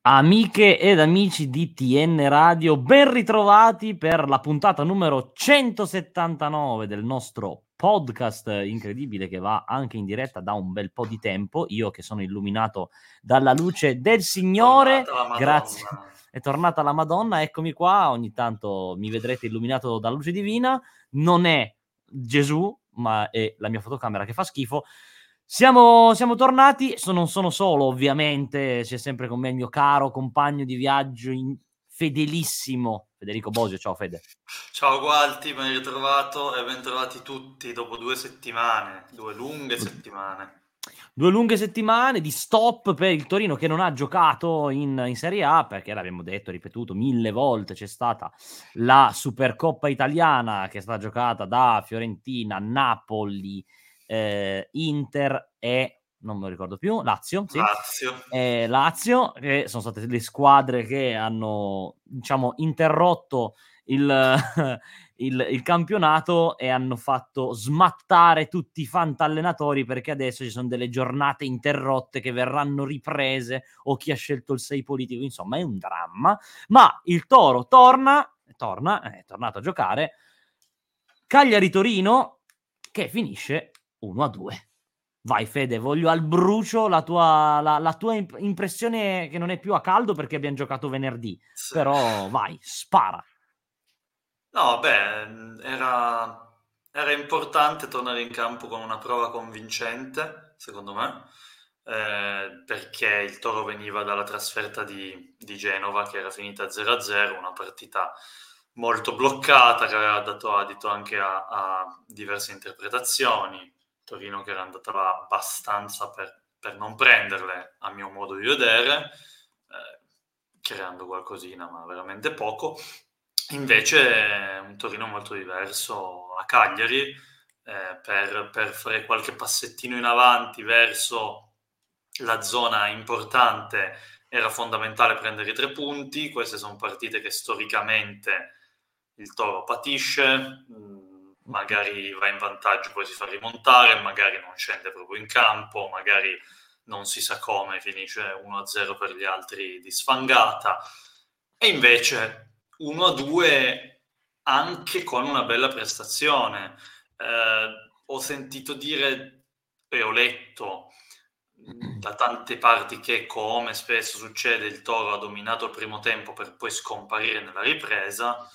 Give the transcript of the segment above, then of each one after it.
Amiche ed amici di TN Radio, ben ritrovati per la puntata numero 179 del nostro podcast incredibile che va anche in diretta da un bel po' di tempo. Io che sono illuminato dalla luce del Signore, grazie. È tornata la Madonna, eccomi qua, ogni tanto mi vedrete illuminato dalla luce divina. Non è Gesù, ma è la mia fotocamera che fa schifo. Siamo tornati, non sono solo ovviamente, c'è sempre con me il mio caro compagno di viaggio fedelissimo Federico Bosio. Ciao Fede. Ciao Gualti, ben ritrovato e ben trovati tutti dopo 2 settimane, 2 lunghe settimane. 2 lunghe settimane di stop per il Torino che non ha giocato in Serie A perché l'abbiamo detto, ripetuto 1000 volte, c'è stata la Supercoppa italiana che è stata giocata da Fiorentina, Napoli, Inter e non me lo ricordo più, Lazio, sì. Lazio, che sono state le squadre che hanno, diciamo, interrotto il campionato e hanno fatto smattare tutti i fantallenatori perché adesso ci sono delle giornate interrotte che verranno riprese o chi ha scelto il 6 politico, insomma è un dramma, ma il Toro è tornato a giocare. Cagliari-Torino che finisce 1-2. Vai Fede, voglio al brucio la tua impressione, che non è più a caldo perché abbiamo giocato venerdì, Sì. però vai, spara. No, beh, era importante tornare in campo con una prova convincente, secondo me, perché il Toro veniva dalla trasferta di Genova che era finita 0-0, una partita molto bloccata che aveva dato adito anche a diverse interpretazioni. Torino che era andata là abbastanza per non prenderle, a mio modo di vedere, creando qualcosina, ma veramente poco. Invece un Torino molto diverso a Cagliari, per fare qualche passettino in avanti verso la zona importante era fondamentale prendere i 3 punti. Queste sono partite che storicamente il Toro patisce, magari va in vantaggio, poi si fa rimontare, magari non scende proprio in campo, magari non si sa come, finisce 1-0 per gli altri di sfangata. E invece 1-2 anche con una bella prestazione. Ho sentito dire e ho letto da tante parti che, come spesso succede, il Toro ha dominato il primo tempo per poi scomparire nella ripresa.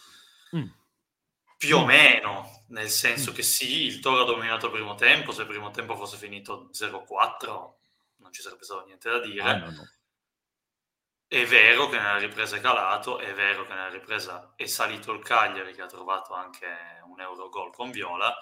Più o meno, nel senso che sì, il Toro ha dominato il primo tempo, se il primo tempo fosse finito 0-4 non ci sarebbe stato niente da dire. No. È vero che nella ripresa è calato, è vero che nella ripresa è salito il Cagliari che ha trovato anche un Eurogol con Viola,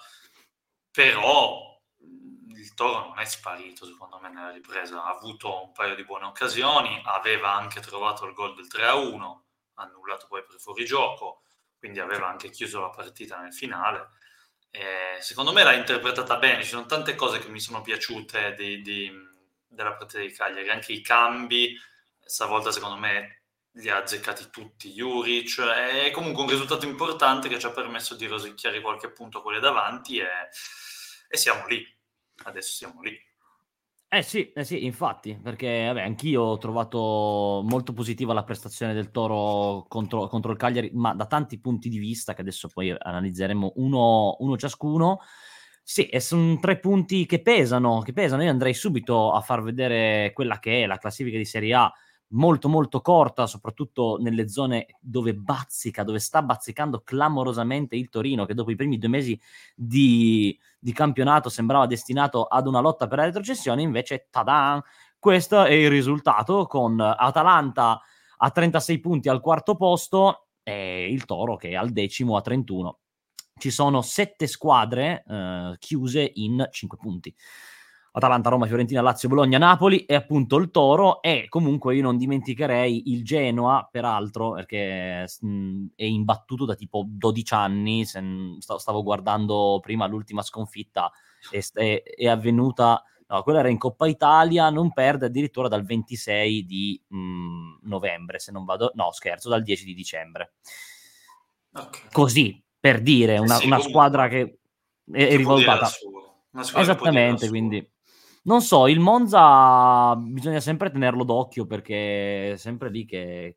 però il Toro non è sparito secondo me nella ripresa, ha avuto un paio di buone occasioni, aveva anche trovato il gol del 3-1, annullato poi per fuorigioco, quindi aveva anche chiuso la partita nel finale. Secondo me l'ha interpretata bene, ci sono tante cose che mi sono piaciute della partita di Cagliari, anche i cambi, stavolta secondo me li ha azzeccati tutti Juric, è comunque un risultato importante che ci ha permesso di rosicchiare qualche punto a quelle davanti e siamo lì, adesso siamo lì. Sì, infatti, perché vabbè, anch'io ho trovato molto positiva la prestazione del Toro contro il Cagliari, ma da tanti punti di vista che adesso poi analizzeremo uno ciascuno. Sì, e sono 3 punti che pesano. Io andrei subito a far vedere quella che è la classifica di Serie A, molto molto corta, soprattutto nelle zone dove sta bazzicando clamorosamente il Torino, che dopo i primi 2 mesi di campionato sembrava destinato ad una lotta per la retrocessione, invece tadan, questo è il risultato, con Atalanta a 36 punti al quarto posto e il Toro che è al decimo a 31. Ci sono 7 squadre chiuse in 5 punti. Atalanta, Roma, Fiorentina, Lazio, Bologna, Napoli e appunto il Toro, e comunque io non dimenticherei il Genoa, peraltro, perché è imbattuto da tipo 12 anni, stavo guardando prima l'ultima sconfitta, è avvenuta, no, quella era in Coppa Italia, non perde addirittura dal 26 di novembre, se non vado, no scherzo, dal 10 di dicembre. Okay. Così, per dire, Sì, una squadra che è può dire la rivalutata. sua. Una squadra che può dire la Esattamente, sua. quindi non so, il Monza bisogna sempre tenerlo d'occhio perché è sempre lì che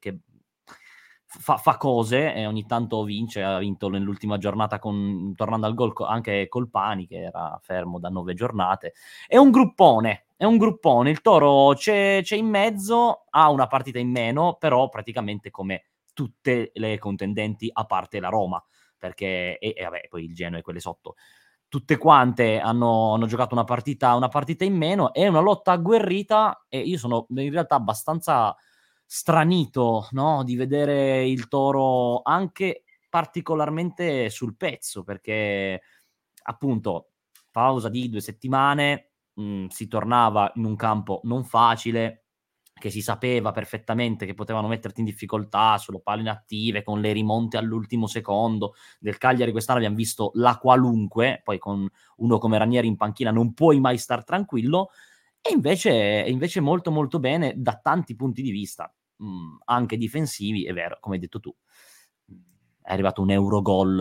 fa cose e ogni tanto vince. Ha vinto nell'ultima giornata tornando al gol anche Colpani, che era fermo da 9 giornate. È un gruppone. Il Toro c'è in mezzo, ha una partita in meno, però praticamente come tutte le contendenti a parte la Roma, perché e vabbè, poi il Genoa e quelle sotto. Tutte quante hanno giocato una partita in meno. È una lotta agguerrita e io sono in realtà abbastanza stranito, no, di vedere il Toro anche particolarmente sul pezzo, perché appunto pausa di 2 settimane, si tornava in un campo non facile, che si sapeva perfettamente che potevano metterti in difficoltà sulle palle inattive, con le rimonte all'ultimo secondo. Del Cagliari quest'anno abbiamo visto la qualunque, poi con uno come Ranieri in panchina non puoi mai star tranquillo, e invece molto molto bene da tanti punti di vista, anche difensivi, è vero, come hai detto tu. È arrivato un Eurogol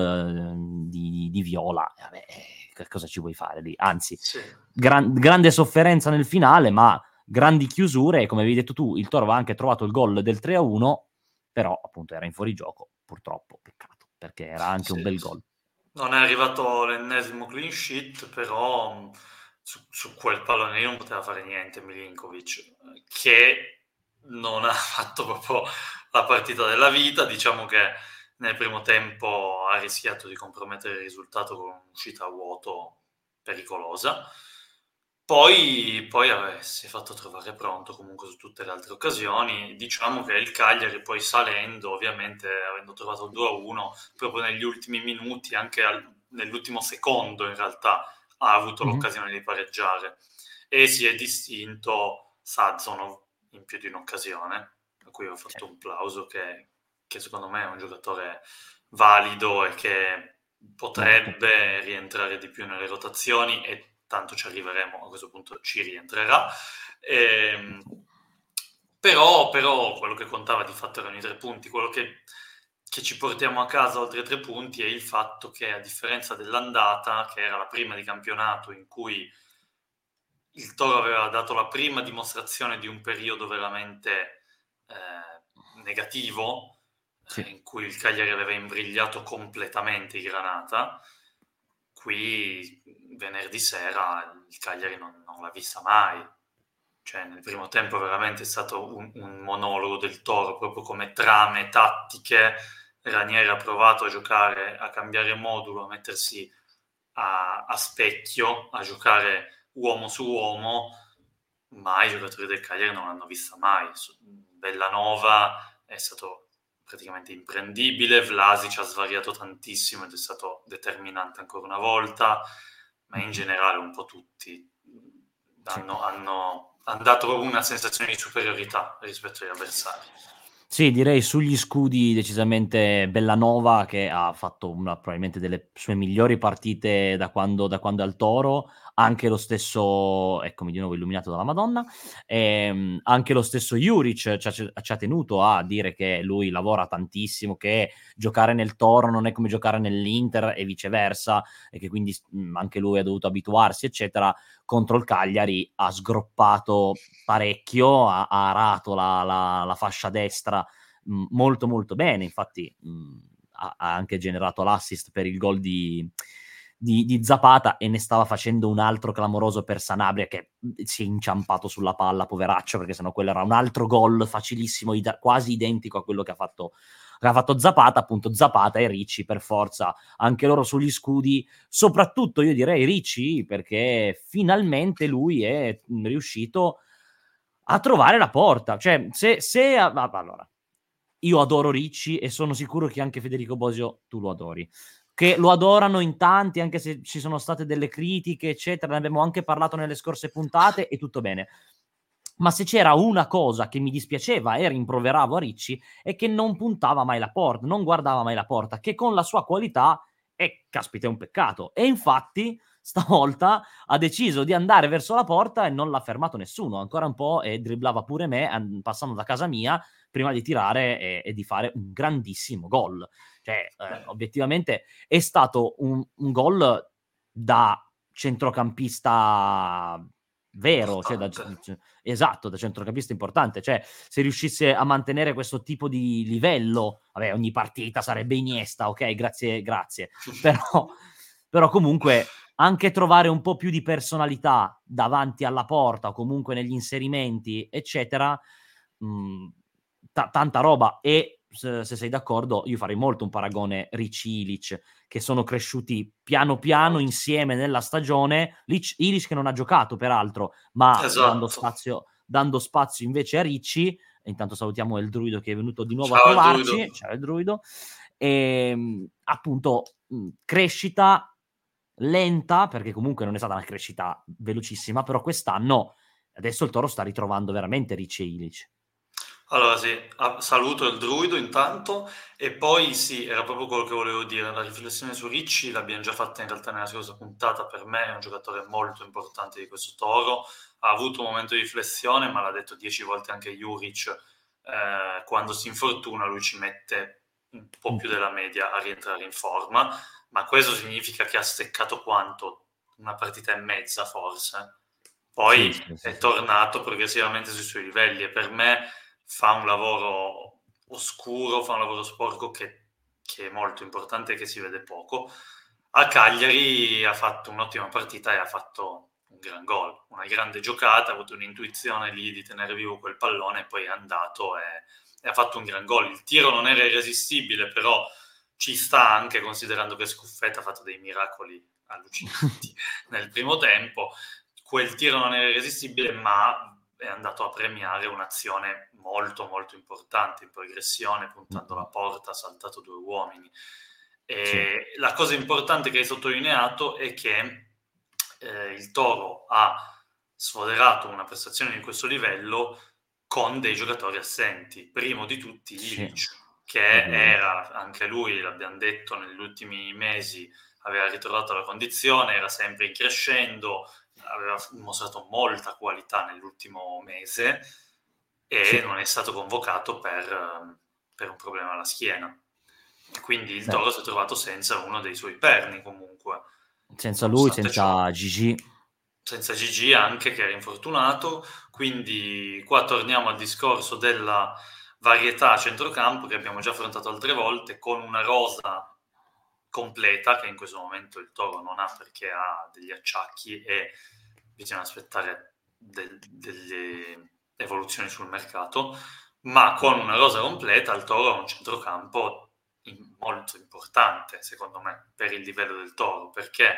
di Viola, vabbè, cosa ci vuoi fare lì? Anzi, Sì. grande sofferenza nel finale, ma grandi chiusure, e come avevi detto tu, il Toro aveva anche trovato il gol del 3-1, però appunto era in fuorigioco, purtroppo, peccato, perché era anche un bel gol. Non è arrivato l'ennesimo clean sheet, però su quel pallone lì non poteva fare niente Milinkovic, che non ha fatto proprio la partita della vita. Diciamo che nel primo tempo ha rischiato di compromettere il risultato con un'uscita a vuoto pericolosa. Poi si è fatto trovare pronto comunque su tutte le altre occasioni. Diciamo che il Cagliari poi salendo, ovviamente avendo trovato il 2-1, proprio negli ultimi minuti, anche nell'ultimo secondo in realtà, ha avuto l'occasione di pareggiare e si è distinto Sazonov in più di un'occasione, a cui ho fatto un plauso, che secondo me è un giocatore valido e che potrebbe rientrare di più nelle rotazioni, e tanto ci arriveremo, a questo punto ci rientrerà. Però quello che contava di fatto erano i 3 punti. Quello che ci portiamo a casa oltre ai 3 punti è il fatto che, a differenza dell'andata, che era la prima di campionato in cui il Toro aveva dato la prima dimostrazione di un periodo veramente negativo, in cui il Cagliari aveva imbrigliato completamente i Granata, qui venerdì sera il Cagliari non l'ha vista mai. Cioè, nel primo tempo veramente è stato un monologo del Toro, proprio come trame tattiche. Ranieri ha provato a giocare, a cambiare modulo, a mettersi a specchio, a giocare uomo su uomo, ma i giocatori del Cagliari non l'hanno vista mai. Bellanova è stato praticamente imprendibile, Vlasic ha svariato tantissimo ed è stato determinante ancora una volta, ma in generale un po' tutti hanno dato proprio una sensazione di superiorità rispetto agli avversari. Sì, direi sugli scudi decisamente Bellanova, che ha fatto una probabilmente delle sue migliori partite da quando è al Toro. Anche lo stesso, eccomi di nuovo illuminato dalla Madonna, anche lo stesso Juric ci ha tenuto a dire che lui lavora tantissimo, che giocare nel Toro non è come giocare nell'Inter e viceversa, e che quindi anche lui ha dovuto abituarsi, eccetera. Contro il Cagliari ha sgroppato parecchio, ha arato la fascia destra molto molto bene, infatti ha anche generato l'assist per il gol di Zapata, e ne stava facendo un altro clamoroso per Sanabria, che si è inciampato sulla palla, poveraccio, perché sennò quello era un altro gol facilissimo, quasi identico a quello che ha fatto Zapata. Appunto Zapata e Ricci per forza, anche loro sugli scudi, soprattutto io direi Ricci, perché finalmente lui è riuscito a trovare la porta. Cioè, allora, io adoro Ricci e sono sicuro che anche Federico Bosio tu lo adori, che lo adorano in tanti, anche se ci sono state delle critiche, eccetera. Ne abbiamo anche parlato nelle scorse puntate e tutto bene. Ma se c'era una cosa che mi dispiaceva e rimproveravo a Ricci, è che non puntava mai la porta, non guardava mai la porta, che con la sua qualità caspita, è un peccato. E infatti stavolta ha deciso di andare verso la porta e non l'ha fermato nessuno. Ancora un po' e dribblava pure me, passando da casa mia, prima di tirare e di fare un grandissimo gol. Cioè, obiettivamente è stato un gol da centrocampista vero, esatto, da centrocampista importante, cioè se riuscisse a mantenere questo tipo di livello, vabbè, ogni partita sarebbe Iniesta, ok, grazie, però comunque anche trovare un po' più di personalità davanti alla porta o comunque negli inserimenti, eccetera, tanta roba. E se sei d'accordo, io farei molto un paragone Ricci-Ilic, che sono cresciuti piano piano insieme nella stagione. Ilic che non ha giocato peraltro, ma Esatto. dando spazio invece a Ricci. E intanto salutiamo il Druido che è venuto di nuovo Ciao, a il Druido. trovarci. Ciao il Druido. E appunto crescita lenta, perché comunque non è stata una crescita velocissima, però quest'anno adesso il Toro sta ritrovando veramente Ricci e Ilic. Allora sì, saluto il Druido intanto, e poi sì, era proprio quello che volevo dire, la riflessione su Ricci l'abbiamo già fatta in realtà nella scorsa puntata. Per me è un giocatore molto importante di questo Toro, ha avuto un momento di riflessione, ma l'ha detto 10 volte anche Juric, quando si infortuna lui ci mette un po' più della media a rientrare in forma, ma questo significa che ha steccato quanto? Una partita e mezza forse? Poi Sì. è tornato progressivamente sui suoi livelli, e per me fa un lavoro oscuro, fa un lavoro sporco che è molto importante e che si vede poco. A Cagliari ha fatto un'ottima partita e ha fatto un gran gol, una grande giocata, ha avuto un'intuizione lì di tenere vivo quel pallone, e poi è andato e ha fatto un gran gol. Il tiro non era irresistibile, però ci sta, anche considerando che Scuffetta ha fatto dei miracoli allucinanti nel primo tempo. Quel tiro non era irresistibile, ma è andato a premiare un'azione molto molto importante in progressione, puntando la porta, ha saltato 2 uomini. E la cosa importante che hai sottolineato è che il Toro ha sfoderato una prestazione di questo livello con dei giocatori assenti, primo di tutti Ilic, che era, anche lui, l'abbiamo detto, negli ultimi mesi aveva ritrovato la condizione, era sempre in crescendo, aveva mostrato molta qualità nell'ultimo mese, e non è stato convocato per un problema alla schiena. E quindi il Toro si è trovato senza uno dei suoi perni, comunque. Senza lui, senza Gigi. Senza Gigi anche, che era infortunato. Quindi qua torniamo al discorso della varietà a centrocampo che abbiamo già affrontato altre volte, con una rosa completa che in questo momento il Toro non ha, perché ha degli acciacchi e bisogna aspettare delle evoluzioni sul mercato, ma con una rosa completa il Toro ha un centrocampo molto importante, secondo me, per il livello del Toro, perché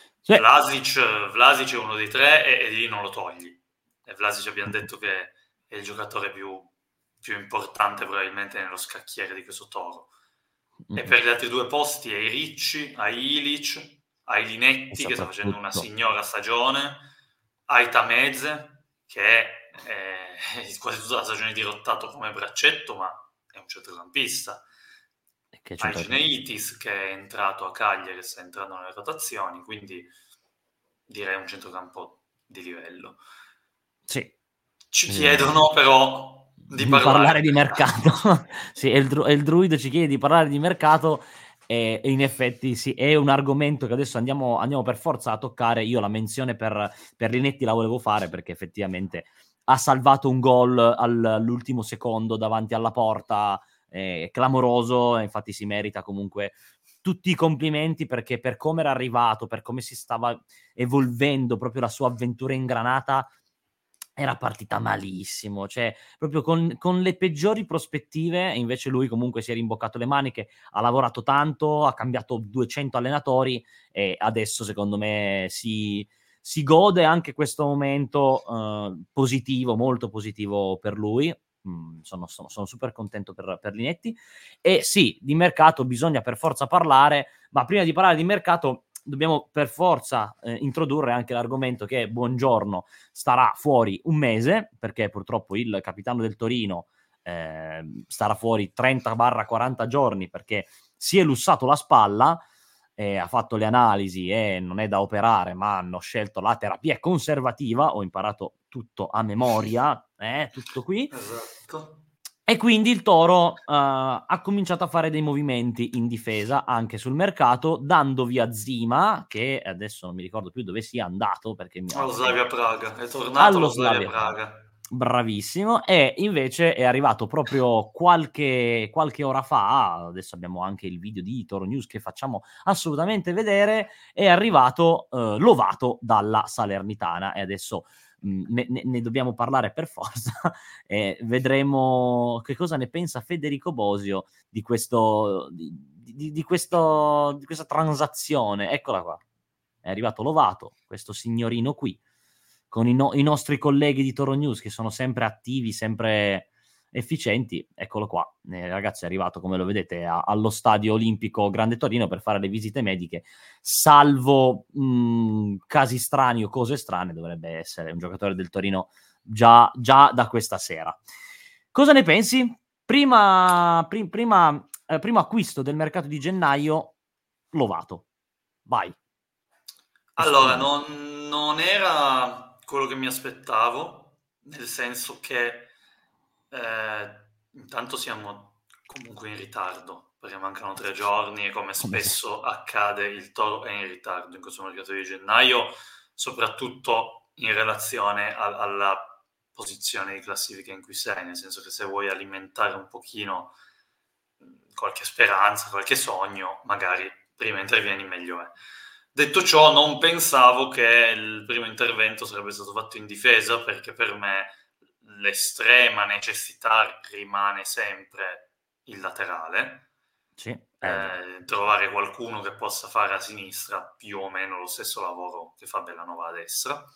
Vlasic è uno dei tre, e lì non lo togli. E Vlasic abbiamo detto che è il giocatore più importante probabilmente nello scacchiere di questo Toro. E per gli altri 2 posti hai Ricci, hai Ilic, hai Linetti che sta facendo una signora stagione, hai Tameze che è quasi tutta la stagione dirottato come braccetto, ma è un centrocampista. Hai Gineitis che è entrato a Cagliari e sta entrando nelle rotazioni, quindi direi un centrocampo di livello. Sì. Ci chiedono però di parlare di mercato. Sì, e il Druido ci chiede di parlare di mercato, e in effetti sì, è un argomento che adesso andiamo per forza a toccare. Io la menzione per Linetti la volevo fare perché effettivamente ha salvato un gol all'ultimo secondo davanti alla porta, clamoroso, e infatti si merita comunque tutti i complimenti, perché per come era arrivato, per come si stava evolvendo proprio la sua avventura ingranata, era partita malissimo, cioè proprio con le peggiori prospettive, e invece lui comunque si è rimboccato le maniche, ha lavorato tanto, ha cambiato 200 allenatori, e adesso secondo me si gode anche questo momento positivo, molto positivo per lui. Sono super contento per Linetti. E sì, di mercato bisogna per forza parlare, ma prima di parlare di mercato dobbiamo per forza introdurre anche l'argomento che Buongiorno starà fuori un mese, perché purtroppo il capitano del Torino starà fuori 30-40 giorni, perché si è lussato la spalla, ha fatto le analisi e non è da operare, ma hanno scelto la terapia conservativa. Ho imparato tutto a memoria, tutto qui. Esatto. E quindi il Toro ha cominciato a fare dei movimenti in difesa anche sul mercato, dando via Zima, che adesso non mi ricordo più dove sia andato, perché Allo Slavia Praga, è tornato allo allo Slavia Slavia Praga. Praga. Bravissimo, e invece è arrivato proprio qualche ora fa, adesso abbiamo anche il video di Toro News che facciamo assolutamente vedere, è arrivato Lovato dalla Salernitana, e adesso ne dobbiamo parlare per forza, e vedremo che cosa ne pensa Federico Bosio di questo, di questa transazione. Eccola qua, è arrivato Lovato, questo signorino qui, con i nostri colleghi di Toro News che sono sempre attivi, sempre efficienti. Eccolo qua, ragazzi, è arrivato, come lo vedete, allo Stadio Olimpico Grande Torino per fare le visite mediche, salvo casi strani o cose strane, dovrebbe essere un giocatore del Torino già da questa sera. Cosa ne pensi? Primo acquisto del mercato di gennaio, Lovato. Vai. Allora, non era quello che mi aspettavo, nel senso che intanto siamo comunque in ritardo, perché mancano 3 giorni e come spesso accade il Toro è in ritardo in questo mercato di gennaio, soprattutto in relazione alla posizione di classifica in cui sei, nel senso che se vuoi alimentare un pochino qualche speranza, qualche sogno, magari prima intervieni meglio è. Detto ciò, non pensavo che il primo intervento sarebbe stato fatto in difesa, perché per me l'estrema necessità rimane sempre il laterale. Sì, trovare qualcuno che possa fare a sinistra più o meno lo stesso lavoro che fa Bellanova a destra.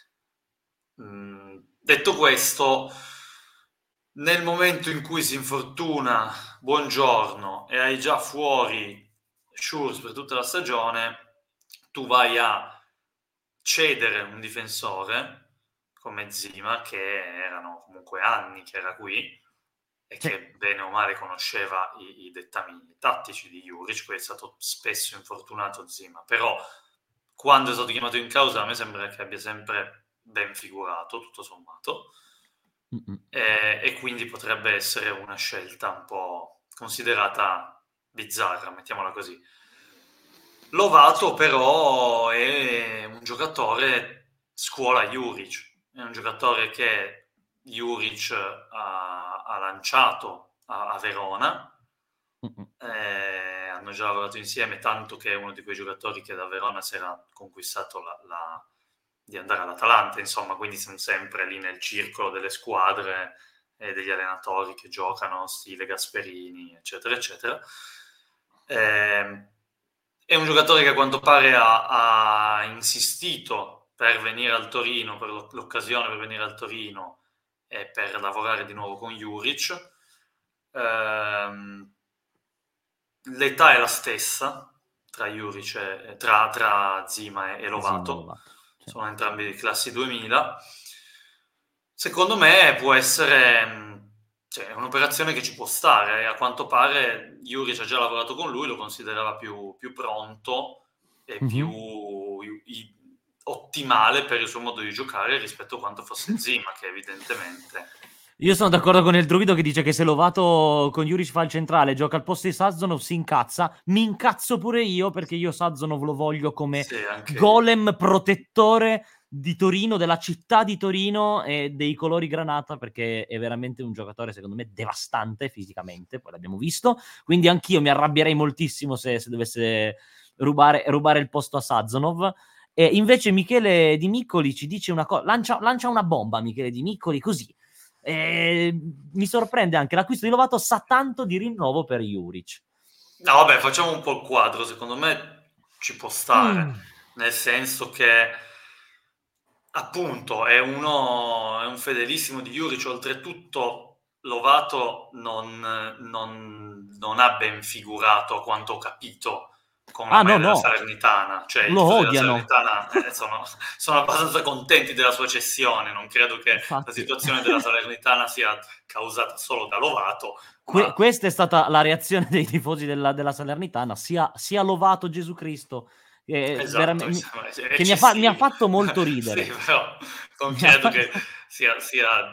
Detto questo, nel momento in cui si infortuna Buongiorno e hai già fuori Schurz per tutta la stagione, tu vai a cedere un difensore come Zima, che erano comunque anni che era qui e che bene o male conosceva i dettami tattici di Juric, poi è stato spesso infortunato Zima, però quando è stato chiamato in causa a me sembra che abbia sempre ben figurato, tutto sommato, e quindi potrebbe essere una scelta un po' considerata bizzarra, mettiamola così. Lovato però è un giocatore scuola Juric, è un giocatore che Juric ha lanciato a Verona, hanno già lavorato insieme, tanto che è uno di quei giocatori che da Verona si era conquistato di andare all'Atalanta, insomma, quindi sono sempre lì nel circolo delle squadre e degli allenatori che giocano stile Gasperini, eccetera, eccetera. È un giocatore che a quanto pare ha insistito per venire al Torino, per l'occasione per venire al Torino e per lavorare di nuovo con Juric. L'età è la stessa tra Juric tra Zima e Lovato. Sì. Sono entrambi di classi 2000. Secondo me può essere è un'operazione che ci può stare. A quanto pare Juric ha già lavorato con lui, lo considerava più pronto e più ottimale per il suo modo di giocare rispetto a quanto fosse Zima, che evidentemente... Io sono d'accordo con il Druido che dice che se Lovato con Juric fa il centrale, gioca al posto di Sazonov, si incazza. Mi incazzo pure io, perché io Sazonov lo voglio come golem protettore di Torino, della città di Torino e dei colori granata, perché è veramente un giocatore secondo me devastante fisicamente, poi l'abbiamo visto, quindi anch'io mi arrabbierei moltissimo se dovesse rubare il posto a Sazonov. E invece Michele Di Miccoli ci dice una cosa, lancia una bomba Michele Di Miccoli così. Mi sorprende anche l'acquisto di Lovato, sa tanto di rinnovo per Juric. No, vabbè, facciamo un po' il quadro, secondo me ci può stare, nel senso che appunto è un fedelissimo di Juric, oltretutto Lovato non ha ben figurato, a quanto ho capito, con la maglia della Salernitana, cioè lo odiano. Salernitana sono abbastanza contenti della sua cessione, non credo che la situazione della Salernitana sia causata solo da Lovato. Questa è stata la reazione dei tifosi della Salernitana, sia Lovato Gesù Cristo, esatto, che mi ha fatto molto ridere. Sì, però non credo che sia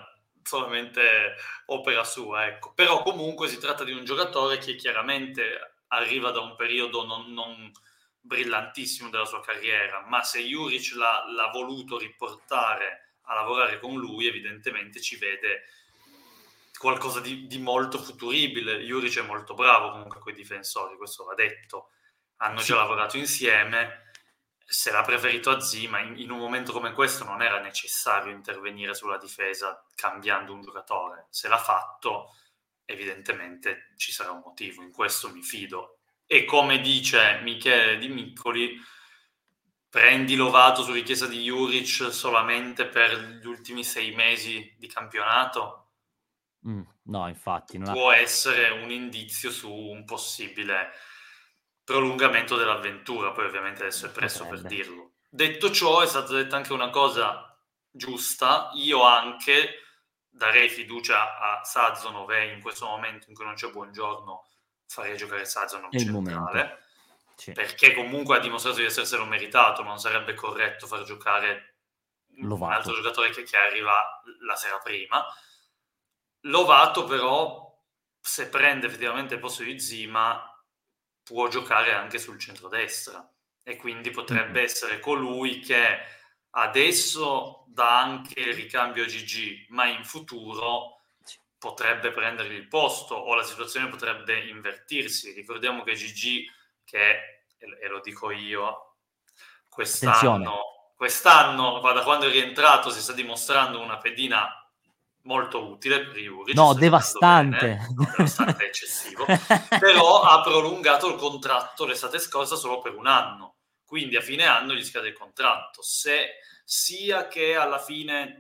solamente opera sua, ecco. Però comunque si tratta di un giocatore che chiaramente arriva da un periodo non brillantissimo della sua carriera, ma se Juric l'ha voluto riportare a lavorare con lui, evidentemente ci vede qualcosa di molto futuribile. Juric è molto bravo comunque con i difensori, questo va detto. Hanno già lavorato insieme. Se l'ha preferito a Zima, in un momento come questo non era necessario intervenire sulla difesa cambiando un giocatore. Se l'ha fatto, evidentemente ci sarà un motivo, in questo mi fido. E come dice Michele Di Miccoli, prendi Lovato su richiesta di Juric solamente per gli ultimi 6 mesi di campionato? No, infatti. Può essere un indizio su un possibile prolungamento dell'avventura, poi ovviamente adesso è presto per dirlo. Detto ciò, è stata detta anche una cosa giusta, io anche darei fiducia a Sazonov e in questo momento in cui non c'è Buongiorno farei giocare Sazonov centrale, perché comunque ha dimostrato di esserselo meritato, non sarebbe corretto far giocare un altro giocatore che arriva la sera prima. Lovato però, se prende effettivamente il posto di Zima, può giocare anche sul centrodestra e quindi potrebbe essere colui che adesso dà anche il ricambio a Gigi, ma in futuro potrebbe prendergli il posto o la situazione potrebbe invertirsi. Ricordiamo che Gigi, che, e lo dico io, quest'anno, da quando è rientrato, si sta dimostrando una pedina molto utile per Juric. No, devastante. No, devastante è eccessivo, però ha prolungato il contratto l'estate scorsa solo per un anno, quindi a fine anno gli scade il contratto. Se sia che alla fine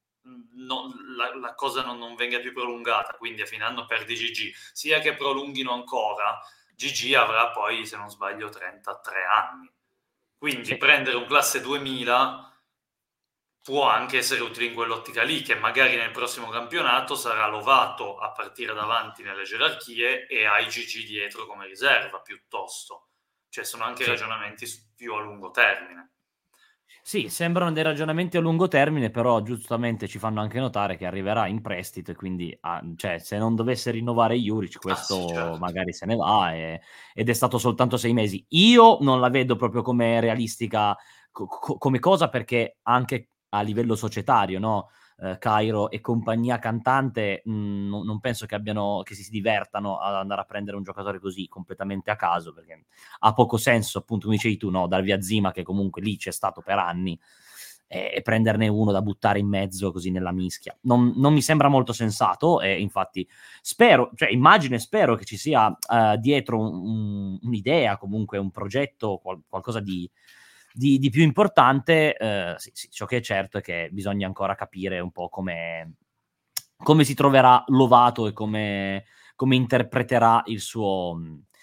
la cosa non venga più prolungata, quindi a fine anno perdi Gigi, sia che prolunghino ancora, Gigi avrà poi, se non sbaglio, 33 anni. Quindi prendere un classe 2000 può anche essere utile in quell'ottica lì, che magari nel prossimo campionato sarà Lovato a partire davanti nelle gerarchie e hai Gigi dietro come riserva piuttosto. Cioè sono anche ragionamenti più a lungo termine. Sì, sembrano dei ragionamenti a lungo termine, però giustamente ci fanno anche notare che arriverà in prestito e quindi cioè, se non dovesse rinnovare Juric, questo certo. magari se ne va ed è stato soltanto 6 mesi. Io non la vedo proprio come realistica come cosa, perché anche a livello societario, no? Cairo e compagnia cantante, non penso che si divertano ad andare a prendere un giocatore così completamente a caso, perché ha poco senso, appunto, come dicevi tu, no? Dar via Zima, che comunque lì c'è stato per anni, e prenderne uno da buttare in mezzo così nella mischia. Non mi sembra molto sensato, e infatti immagino e spero che ci sia dietro un'idea, comunque un progetto, qualcosa di più importante. Sì, ciò che è certo è che bisogna ancora capire un po' come si troverà Lovato e come interpreterà il suo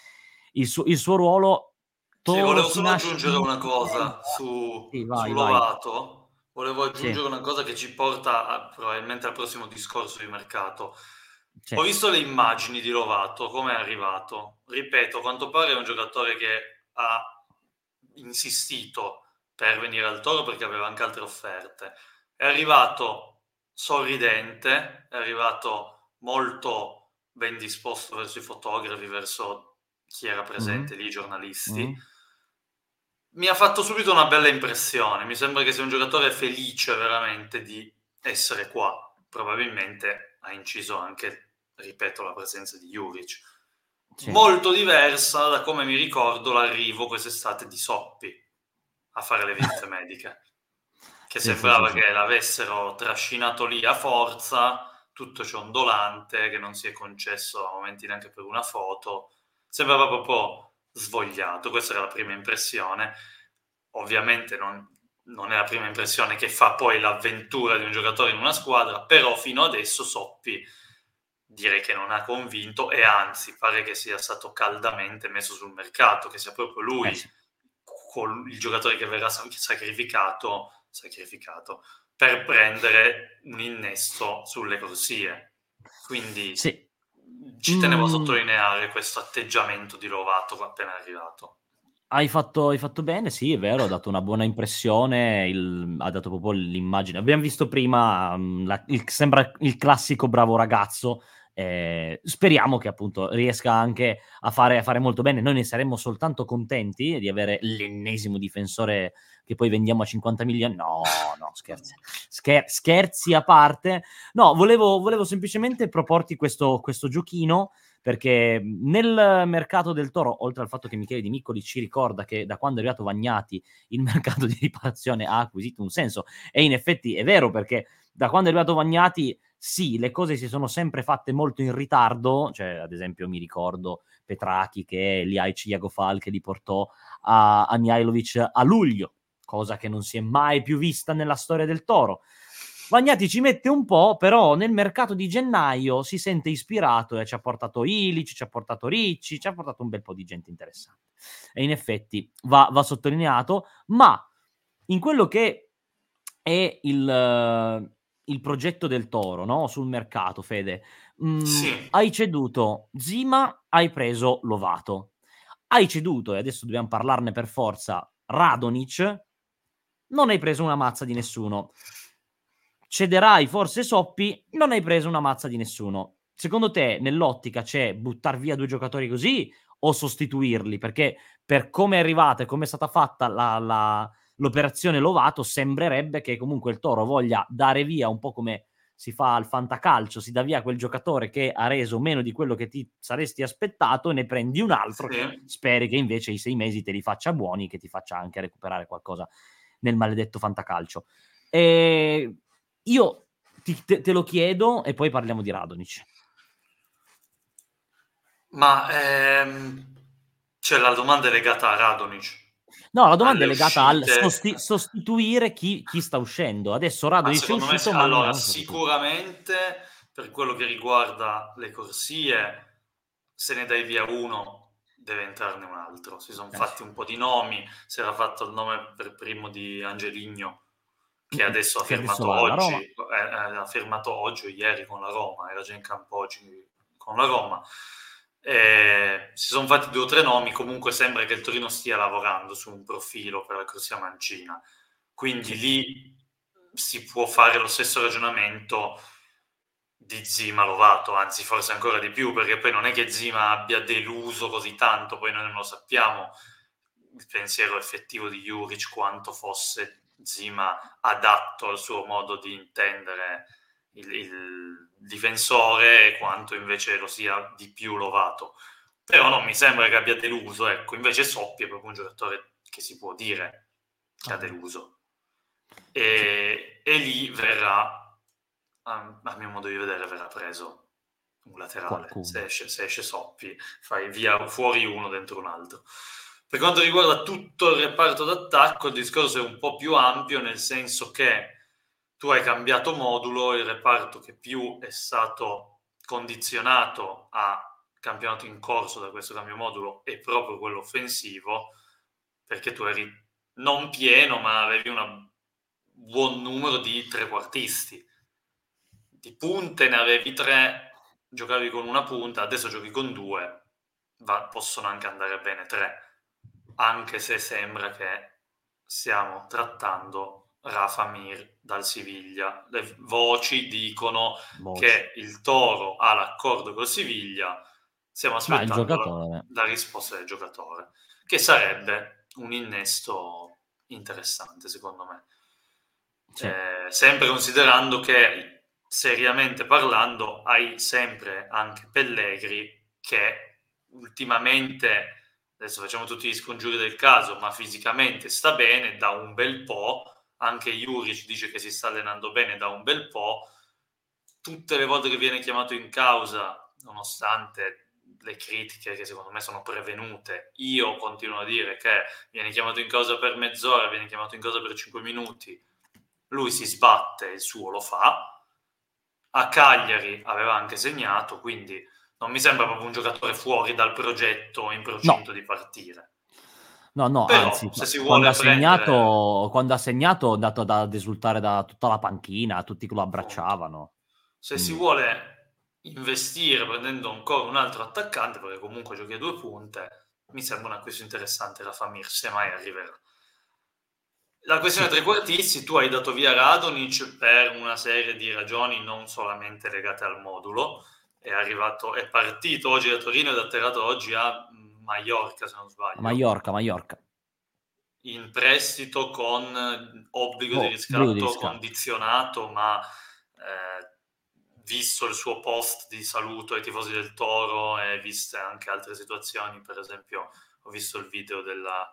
ruolo. Volevo solo aggiungere una cosa su Lovato. Volevo aggiungere una cosa che ci porta probabilmente al prossimo discorso di mercato. Ho visto le immagini di Lovato, come è arrivato. Ripeto, a quanto pare è un giocatore che ha insistito per venire al Toro perché aveva anche altre offerte. È arrivato sorridente, è arrivato molto ben disposto verso i fotografi, verso chi era presente lì, i giornalisti. Mi ha fatto subito una bella impressione. Mi sembra che sia un giocatore felice veramente di essere qua. Probabilmente ha inciso anche, ripeto, la presenza di Juric. Molto diversa da come mi ricordo l'arrivo quest'estate di Soppi a fare le visite mediche, che sembrava che l'avessero trascinato lì a forza, tutto ciondolante, che non si è concesso a momenti neanche per una foto. Sembrava proprio svogliato. Questa era la prima impressione. Ovviamente non è la prima impressione che fa poi l'avventura di un giocatore in una squadra, però fino adesso Soppi direi che non ha convinto, e anzi pare che sia stato caldamente messo sul mercato, che sia proprio lui il giocatore che verrà sacrificato per prendere un innesto sulle corsie. Quindi ci tenevo a sottolineare questo atteggiamento di Lovato appena arrivato. Hai fatto bene, sì, è vero, ha dato una buona impressione, ha dato proprio l'immagine. Abbiamo visto prima, sembra il classico bravo ragazzo, speriamo che appunto riesca anche a fare molto bene. Noi ne saremmo soltanto contenti di avere l'ennesimo difensore che poi vendiamo a 50 milioni. No, no, scherzi. Scherzi a parte. No, volevo semplicemente proporti questo giochino, perché nel mercato del Toro, oltre al fatto che Michele Di Miccoli ci ricorda che da quando è arrivato Vagnati il mercato di riparazione ha acquisito un senso, e in effetti è vero, perché da quando è arrivato Vagnati, sì, le cose si sono sempre fatte molto in ritardo, cioè ad esempio mi ricordo Petrachi che Ljajic Iago Falche li portò a Mihajlovic a luglio, cosa che non si è mai più vista nella storia del Toro. Vagnati ci mette un po', però nel mercato di gennaio si sente ispirato e ci ha portato Ilic, ci ha portato Ricci, ci ha portato un bel po' di gente interessante. E in effetti va sottolineato, ma in quello che è il progetto del Toro, no? Sul mercato, Fede, Sì, hai ceduto Zima, hai preso Lovato. Hai ceduto, e adesso dobbiamo parlarne per forza, Radonic, non hai preso una mazza di nessuno. Cederai forse Soppi, non hai preso una mazza di nessuno. Secondo te, nell'ottica c'è buttar via due giocatori così o sostituirli? Perché per come è arrivata e come è stata fatta l'operazione Lovato, sembrerebbe che comunque il Toro voglia dare via un po' come si fa al fantacalcio, si dà via quel giocatore che ha reso meno di quello che ti saresti aspettato e ne prendi un altro che sì. speri che invece i 6 mesi te li faccia buoni, che ti faccia anche recuperare qualcosa nel maledetto fantacalcio. E io te lo chiedo e poi parliamo di Radonic. Ma cioè, la domanda è legata a Radonic, No, la domanda è alle legata al uscite. sostituire chi sta uscendo. Adesso Ma Radonic è secondo me uscito, ma non è allora un sostituto. sicuramente per quello che riguarda le corsie, se ne dai via uno, deve entrarne un altro. Si sono Sì. fatti un po' di nomi, si era fatto il nome per primo di Angeligno, che adesso Che adesso va alla Roma. ha firmato oggi o ieri con la Roma, era già in campo oggi con la Roma. Si sono fatti 2 o 3 nomi, comunque sembra che il Torino stia lavorando su un profilo per la corsia mancina. Quindi Sì. lì si può fare lo stesso ragionamento di Zima Lovato, anzi forse ancora di più, perché poi non è che Zima abbia deluso così tanto, poi noi non lo sappiamo il pensiero effettivo di Juric, quanto fosse Zima adatto al suo modo di intendere il difensore e quanto invece lo sia di più Lovato. Però non mi sembra che abbia deluso, ecco, invece Soppi è proprio un giocatore che si può dire che ha Ah, deluso. sì. E lì verrà, a mio modo di vedere, verrà preso un laterale. Qualcuno. Se esce Soppi, fai via fuori uno dentro un altro. Per quanto riguarda tutto il reparto d'attacco, il discorso è un po' più ampio, nel senso che tu hai cambiato modulo, il reparto che più è stato condizionato a campionato in corso da questo cambio modulo è proprio quello offensivo, perché tu eri non pieno, ma avevi un buon numero di trequartisti. Di punte ne avevi 3, giocavi con una punta, adesso giochi con 2, possono anche andare bene 3, anche se sembra che stiamo trattando Rafa Mir dal Siviglia. Le voci dicono Voci. che il Toro ha l'accordo col Siviglia, stiamo Ma il aspettando giocatore. la risposta del giocatore, che sarebbe un innesto interessante secondo me. Sì. Sempre considerando che, seriamente parlando, hai sempre anche Pellegri che ultimamente, adesso facciamo tutti gli scongiuri del caso, ma fisicamente sta bene da un bel po', anche Juric dice che si sta allenando bene da un bel po', tutte le volte che viene chiamato in causa, nonostante le critiche che secondo me sono prevenute, io continuo a dire che viene chiamato in causa per mezz'ora, viene chiamato in causa per 5 minuti, lui si sbatte, il suo lo fa. A Cagliari aveva anche segnato, quindi non mi sembra proprio un giocatore fuori dal progetto in No, procinto di partire. no, no, Però anzi, se si quando vuole ha prendere, segnato, quando ha segnato è andato ad esultare da tutta la panchina, tutti che lo appunto, abbracciavano. se si Quindi, vuole investire prendendo ancora un altro attaccante, perché comunque giochi a 2 punte, mi sembra un acquisto interessante Rafa Mir, se mai arriverà. La questione Sì. trequartisti, tu hai dato via Radonjic per una serie di ragioni non solamente legate al modulo, è partito oggi da Torino ed è atterrato oggi a Mallorca, se non sbaglio, Mallorca. in prestito con obbligo di Obbligo di riscatto riscatto. condizionato, ma visto il suo post di saluto ai tifosi del Toro e viste anche altre situazioni, per esempio ho visto il video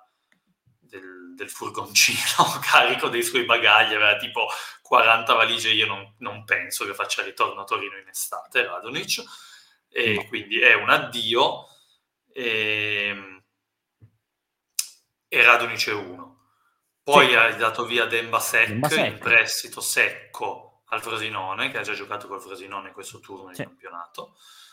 del furgoncino carico dei suoi bagagli, aveva tipo 40 valigie, io non penso che faccia ritorno a Torino in estate Radonjic, e No. quindi è un addio, e Radonjic è uno. Poi Sì. hai dato via Demba Demba Sec in Sec. prestito secco al Frosinone, che ha già giocato col Frosinone in questo turno di Sì. campionato.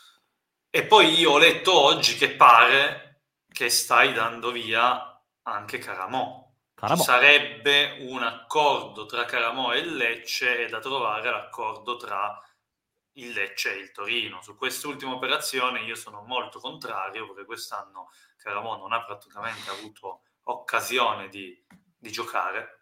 E poi io ho letto oggi che pare che stai dando via anche Caramò. Ci sarebbe un accordo tra Caramò e il Lecce, e da trovare l'accordo tra il Lecce e il Torino. Su quest'ultima operazione io sono molto contrario, perché quest'anno Caramò non ha praticamente avuto occasione di giocare,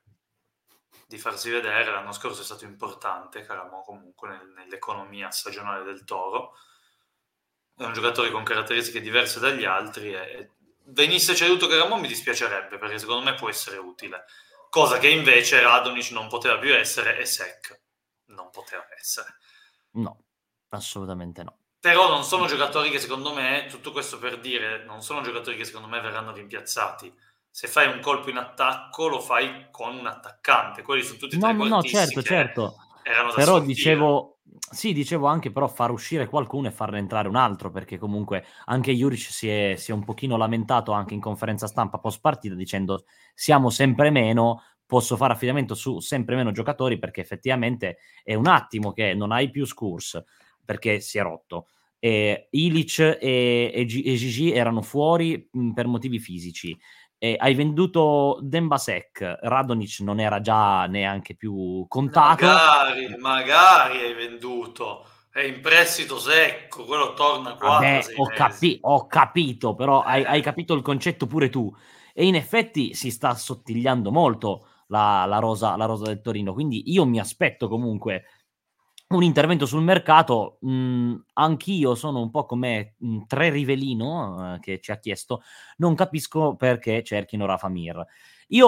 di farsi vedere. L'anno scorso è stato importante Caramò comunque nell'economia stagionale del Toro. È un giocatore con caratteristiche diverse dagli altri, e venisse ceduto Caramò mi dispiacerebbe, perché secondo me può essere utile, cosa che invece Radonjic non poteva più essere e Sec non poteva essere. No, assolutamente no. Però non sono giocatori che secondo me, tutto questo per dire, non sono giocatori che secondo me verranno rimpiazzati. Se fai un colpo in attacco lo fai con un attaccante. Quelli sono tutti No, trequartisti certo. che erano da Però sortire. dicevo anche però far uscire qualcuno e farne entrare un altro, perché comunque anche Juric si è un pochino lamentato anche in conferenza stampa post partita dicendo siamo sempre meno, posso fare affidamento su sempre meno giocatori, perché effettivamente è un attimo che non hai più Scurs, perché si è rotto. Ilic e Gigi erano fuori per motivi fisici. Hai venduto Demba Sec, Radonjic non era già neanche più contato. Magari hai venduto. È in prestito secco, quello torna Vabbè, 4-6 mesi. ho capito, però hai Eh, capito il concetto pure tu. E in effetti si sta assottigliando molto la rosa del Torino, quindi io mi aspetto comunque un intervento sul mercato. Anch'io sono un po' come Tre Rivelino, che ci ha chiesto, non capisco perché cerchino Rafa Mir. Io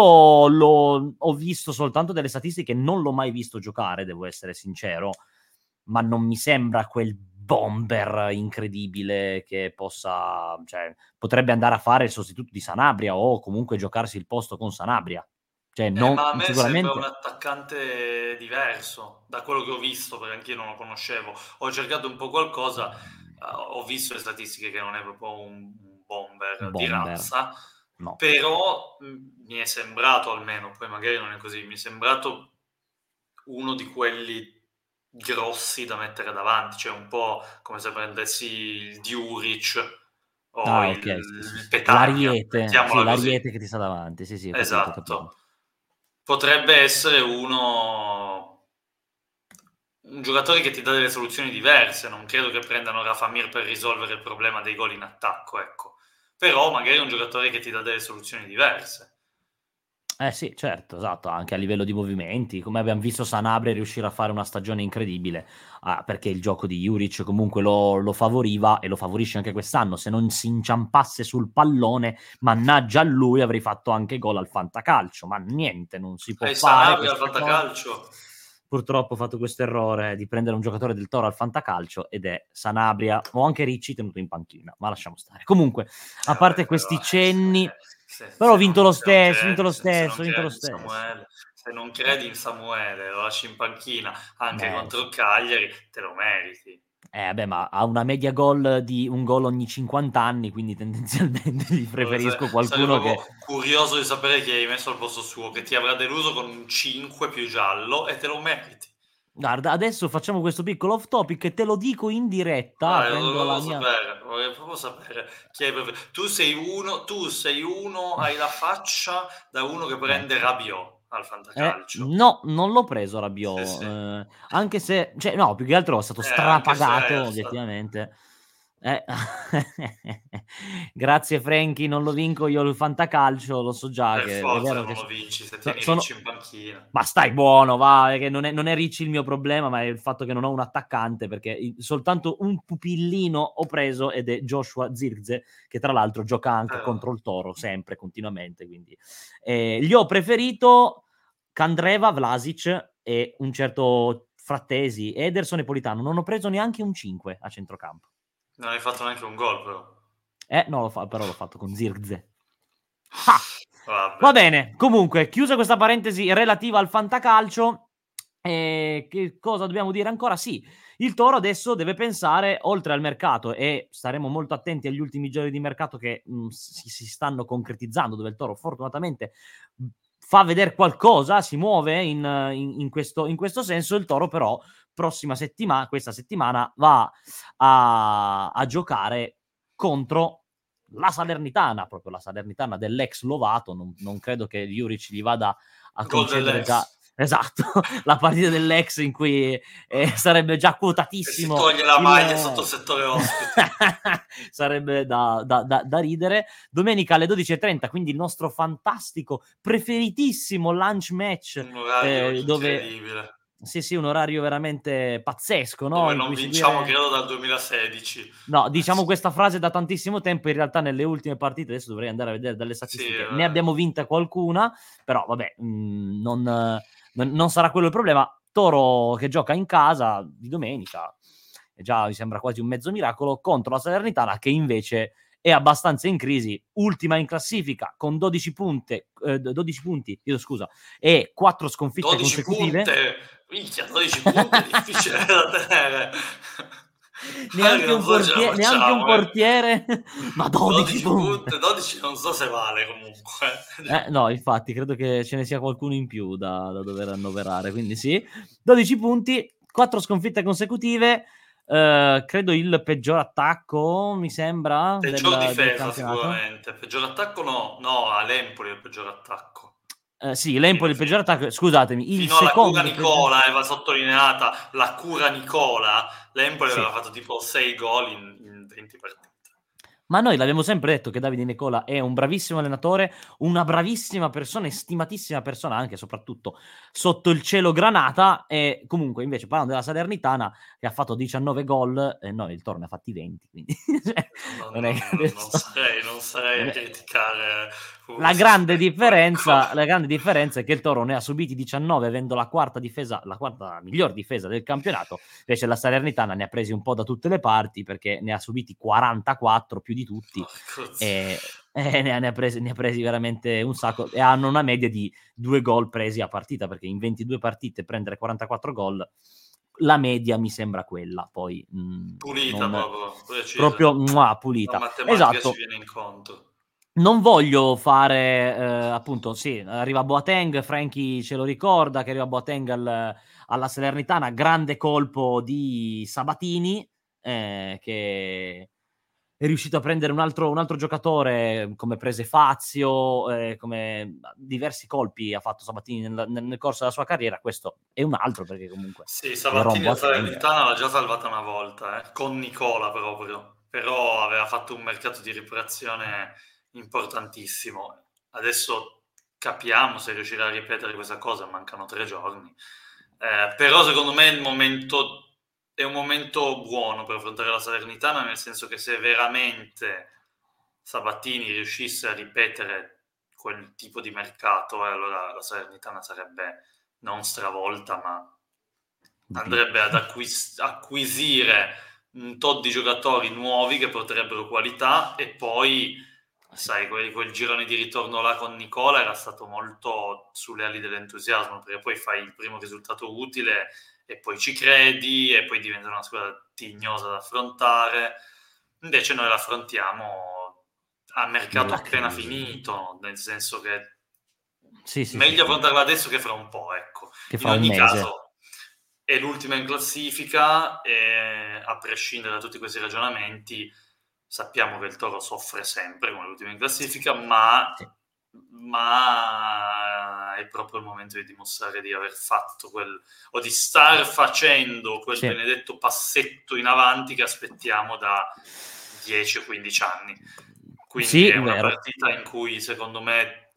ho visto soltanto delle statistiche, non l'ho mai visto giocare, devo essere sincero, ma non mi sembra quel bomber incredibile che possa, cioè, potrebbe andare a fare il sostituto di Sanabria o comunque giocarsi il posto con Sanabria. Cioè, ma a me sembra un sicuramente. attaccante diverso da quello che ho visto, perché anch'io non lo conoscevo. Ho cercato un po' qualcosa, ho visto le statistiche che non è proprio un bomber di Bomber, razza, no. però mi è sembrato, almeno, poi magari non è così, mi è sembrato uno di quelli grossi da mettere davanti, cioè un po' come se prendessi il Diuric o Ah, ok, il sì. Petagna, Sì, mettiamola così. l'Ariete che ti sta davanti. Sì, ho capito, ho capito. Esatto. Potrebbe essere un giocatore che ti dà delle soluzioni diverse. Non credo che prendano Rafa Mir per risolvere il problema dei gol in attacco, ecco. Però magari è un giocatore che ti dà delle soluzioni diverse. Sì, certo, esatto, anche a livello di movimenti, come abbiamo visto Sanabria riuscire a fare una stagione incredibile, perché il gioco di Juric comunque lo favoriva e lo favorisce anche quest'anno. Se non si inciampasse sul pallone, mannaggia a lui, avrei fatto anche gol al fantacalcio, ma niente, non si può Hai fare Sanabria al questa cosa. fantacalcio? Purtroppo ho fatto questo errore di prendere un giocatore del Toro al fantacalcio ed è Sanabria, o anche Ricci tenuto in panchina, ma lasciamo stare. Comunque, a parte Vabbè, questi però cenni, però ho se vinto non, lo se non stesso, credi, ho vinto lo in stesso. Samuele, se non credi in Samuele, lo lasci in panchina anche Lo contro so. il Cagliari, te lo meriti. Vabbè, ma ha una media gol di un gol ogni 50 anni, quindi tendenzialmente gli preferisco Sarei qualcuno che. proprio curioso di sapere chi hai messo al posto suo, che ti avrà deluso con un 5 più giallo, e te lo meriti. Guarda, adesso facciamo questo piccolo off topic e te lo dico in diretta, Vai, prendo la mia. vorrei proprio sapere chi hai preferito. Tu sei uno, hai la faccia da uno che prende Ecco. Rabiot al fantacalcio. No, non l'ho preso Sì, Rabiot, sì. anche se, cioè, no, più che altro è stato Anche se strapagato, obiettivamente. Grazie Franky, non lo vinco io il fantacalcio, lo so già Per che è forza vero non che lo vinci se tieni sono... Ricci in panchina. Ma stai buono, va, che non è Ricci il mio problema, ma è il fatto che non ho un attaccante, perché soltanto un pupillino ho preso ed è Joshua Zirkzee, che tra l'altro gioca anche Però, contro il Toro, sempre, continuamente, quindi... gli ho preferito Kandreva, Vlasic e un certo Frattesi, Ederson e Politano. Non ho preso neanche un 5 a centrocampo. non hai fatto neanche un gol, però. No, però l'ho fatto con Zirkzee. Ah! Va Vabbè. bene, comunque, chiusa questa parentesi relativa al fantacalcio, che cosa dobbiamo dire ancora? Sì, il Toro adesso deve pensare oltre al mercato e staremo molto attenti agli ultimi giorni di mercato che si stanno concretizzando, dove il Toro fortunatamente fa vedere qualcosa, si muove in questo senso. Il Toro però questa settimana va a giocare contro la Salernitana, proprio la Salernitana dell'ex Lovato. Non credo che Juric gli vada a Gol concedere dell'ex. già, esatto, la partita dell'ex in cui sarebbe già E si quotatissimo toglie la maglia sotto il il... settore ospiti. sarebbe da ridere. Domenica alle 12:30, quindi il nostro fantastico, preferitissimo lunch match, Un orario dove... incredibile. Sì, sì, un orario veramente pazzesco, no? Dove In non cui vinciamo, seguire... credo, dal 2016. No, diciamo questa frase da tantissimo tempo, in realtà nelle ultime partite, adesso dovrei andare a vedere dalle Sì, statistiche, ne abbiamo vinta qualcuna, però vabbè, non sarà quello il problema. Toro che gioca in casa di domenica, e già mi sembra quasi un mezzo miracolo, contro la Salernitana che invece è abbastanza in crisi, ultima in classifica con 12 punti, chiedo scusa, e 4 sconfitte 12 consecutive. punte, minchia, 12 punti è difficile da tenere. Guarda che neanche non un so se ce la portiere, neanche un facciamo, eh. portiere, ma 12 12 punti. punti, 12 non so se vale comunque. No, infatti, credo che ce ne sia qualcuno in più da dover annoverare, quindi sì. 12 punti, 4 sconfitte consecutive, credo il peggior attacco, mi sembra, Peggior del difesa campionato. sicuramente, peggior attacco no, no, a L'Empoli è il peggior attacco. Sì, l'Empoli il peggior attacco, scusatemi, il Fino alla cura secondo peggior... Nicola, va sottolineata la cura Nicola, l'Empoli aveva Sì. fatto tipo 6 gol in 20 partite. Ma noi l'abbiamo sempre detto che Davide Nicola è un bravissimo allenatore, una bravissima persona e stimatissima persona anche e soprattutto sotto il cielo granata. E comunque invece parlando della Salernitana che ha fatto 19 gol e noi il Toro ne ha fatti 20, quindi cioè, Non, non è che non- non adesso... sarei, non sarei non a è- criticare La questo grande aspetto, ecco. differenza, la grande differenza è che il Toro ne ha subiti 19 avendo la quarta difesa, la quarta miglior difesa del campionato, invece la Salernitana ne ha presi un po' da tutte le parti perché ne ha subiti 44 più di tutti Porco zio. e ne ha presi veramente un sacco e hanno una media di 2 gol presi a partita, perché in 22 partite prendere 44 gol, la media mi sembra quella, poi Pulita non proprio, precisa. proprio La pulita. matematica ci Esatto. viene incontro. Non voglio fare, appunto, sì, arriva Boateng, Franky ce lo ricorda che arriva Boateng alla Salernitana, grande colpo di Sabatini, che è riuscito a prendere un altro giocatore, come prese Fazio, come diversi colpi ha fatto Sabatini nel corso della sua carriera. Questo è un altro, perché comunque Sì, Jerome Sabatini la Boateng... Salernitana l'ha già salvata una volta, con Nicola proprio, però aveva fatto un mercato di riparazione importantissimo. Adesso capiamo se riuscirà a ripetere questa cosa, mancano 3 giorni. Però secondo me è un momento buono per affrontare la Salernitana, nel senso che se veramente Sabatini riuscisse a ripetere quel tipo di mercato, allora la Salernitana sarebbe non stravolta, ma di più. andrebbe ad acquisire un tot di giocatori nuovi che porterebbero qualità e poi, Sì. sai, quel girone di ritorno là con Nicola era stato molto sulle ali dell'entusiasmo, perché poi fai il primo risultato utile e poi ci credi e poi diventa una squadra tignosa da affrontare. Invece noi la affrontiamo a mercato Nella appena crisi. finito, nel senso che Sì, sì, sì, meglio sì. affrontarla adesso che fra un po', ecco. Che In fra un ogni mese. caso è l'ultima in classifica e a prescindere da tutti questi ragionamenti sappiamo che il Toro soffre sempre come l'ultima in classifica, ma Sì. è proprio il momento di dimostrare di aver fatto o di star facendo quel benedetto passetto in avanti che aspettiamo da 10 o 15 anni. Quindi è una partita in cui secondo me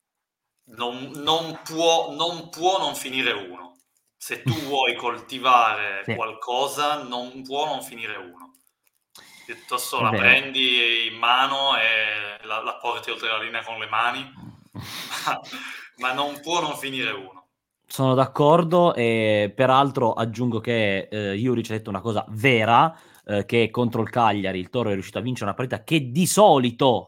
non può non finire uno. Se tu vuoi coltivare qualcosa, non può non finire uno. Piuttosto la prendi in mano e la porti oltre la linea con le mani, ma non può non finire uno. Sono d'accordo, e peraltro aggiungo che Juric ha detto una cosa vera, che contro il Cagliari il Toro è riuscito a vincere una partita che di solito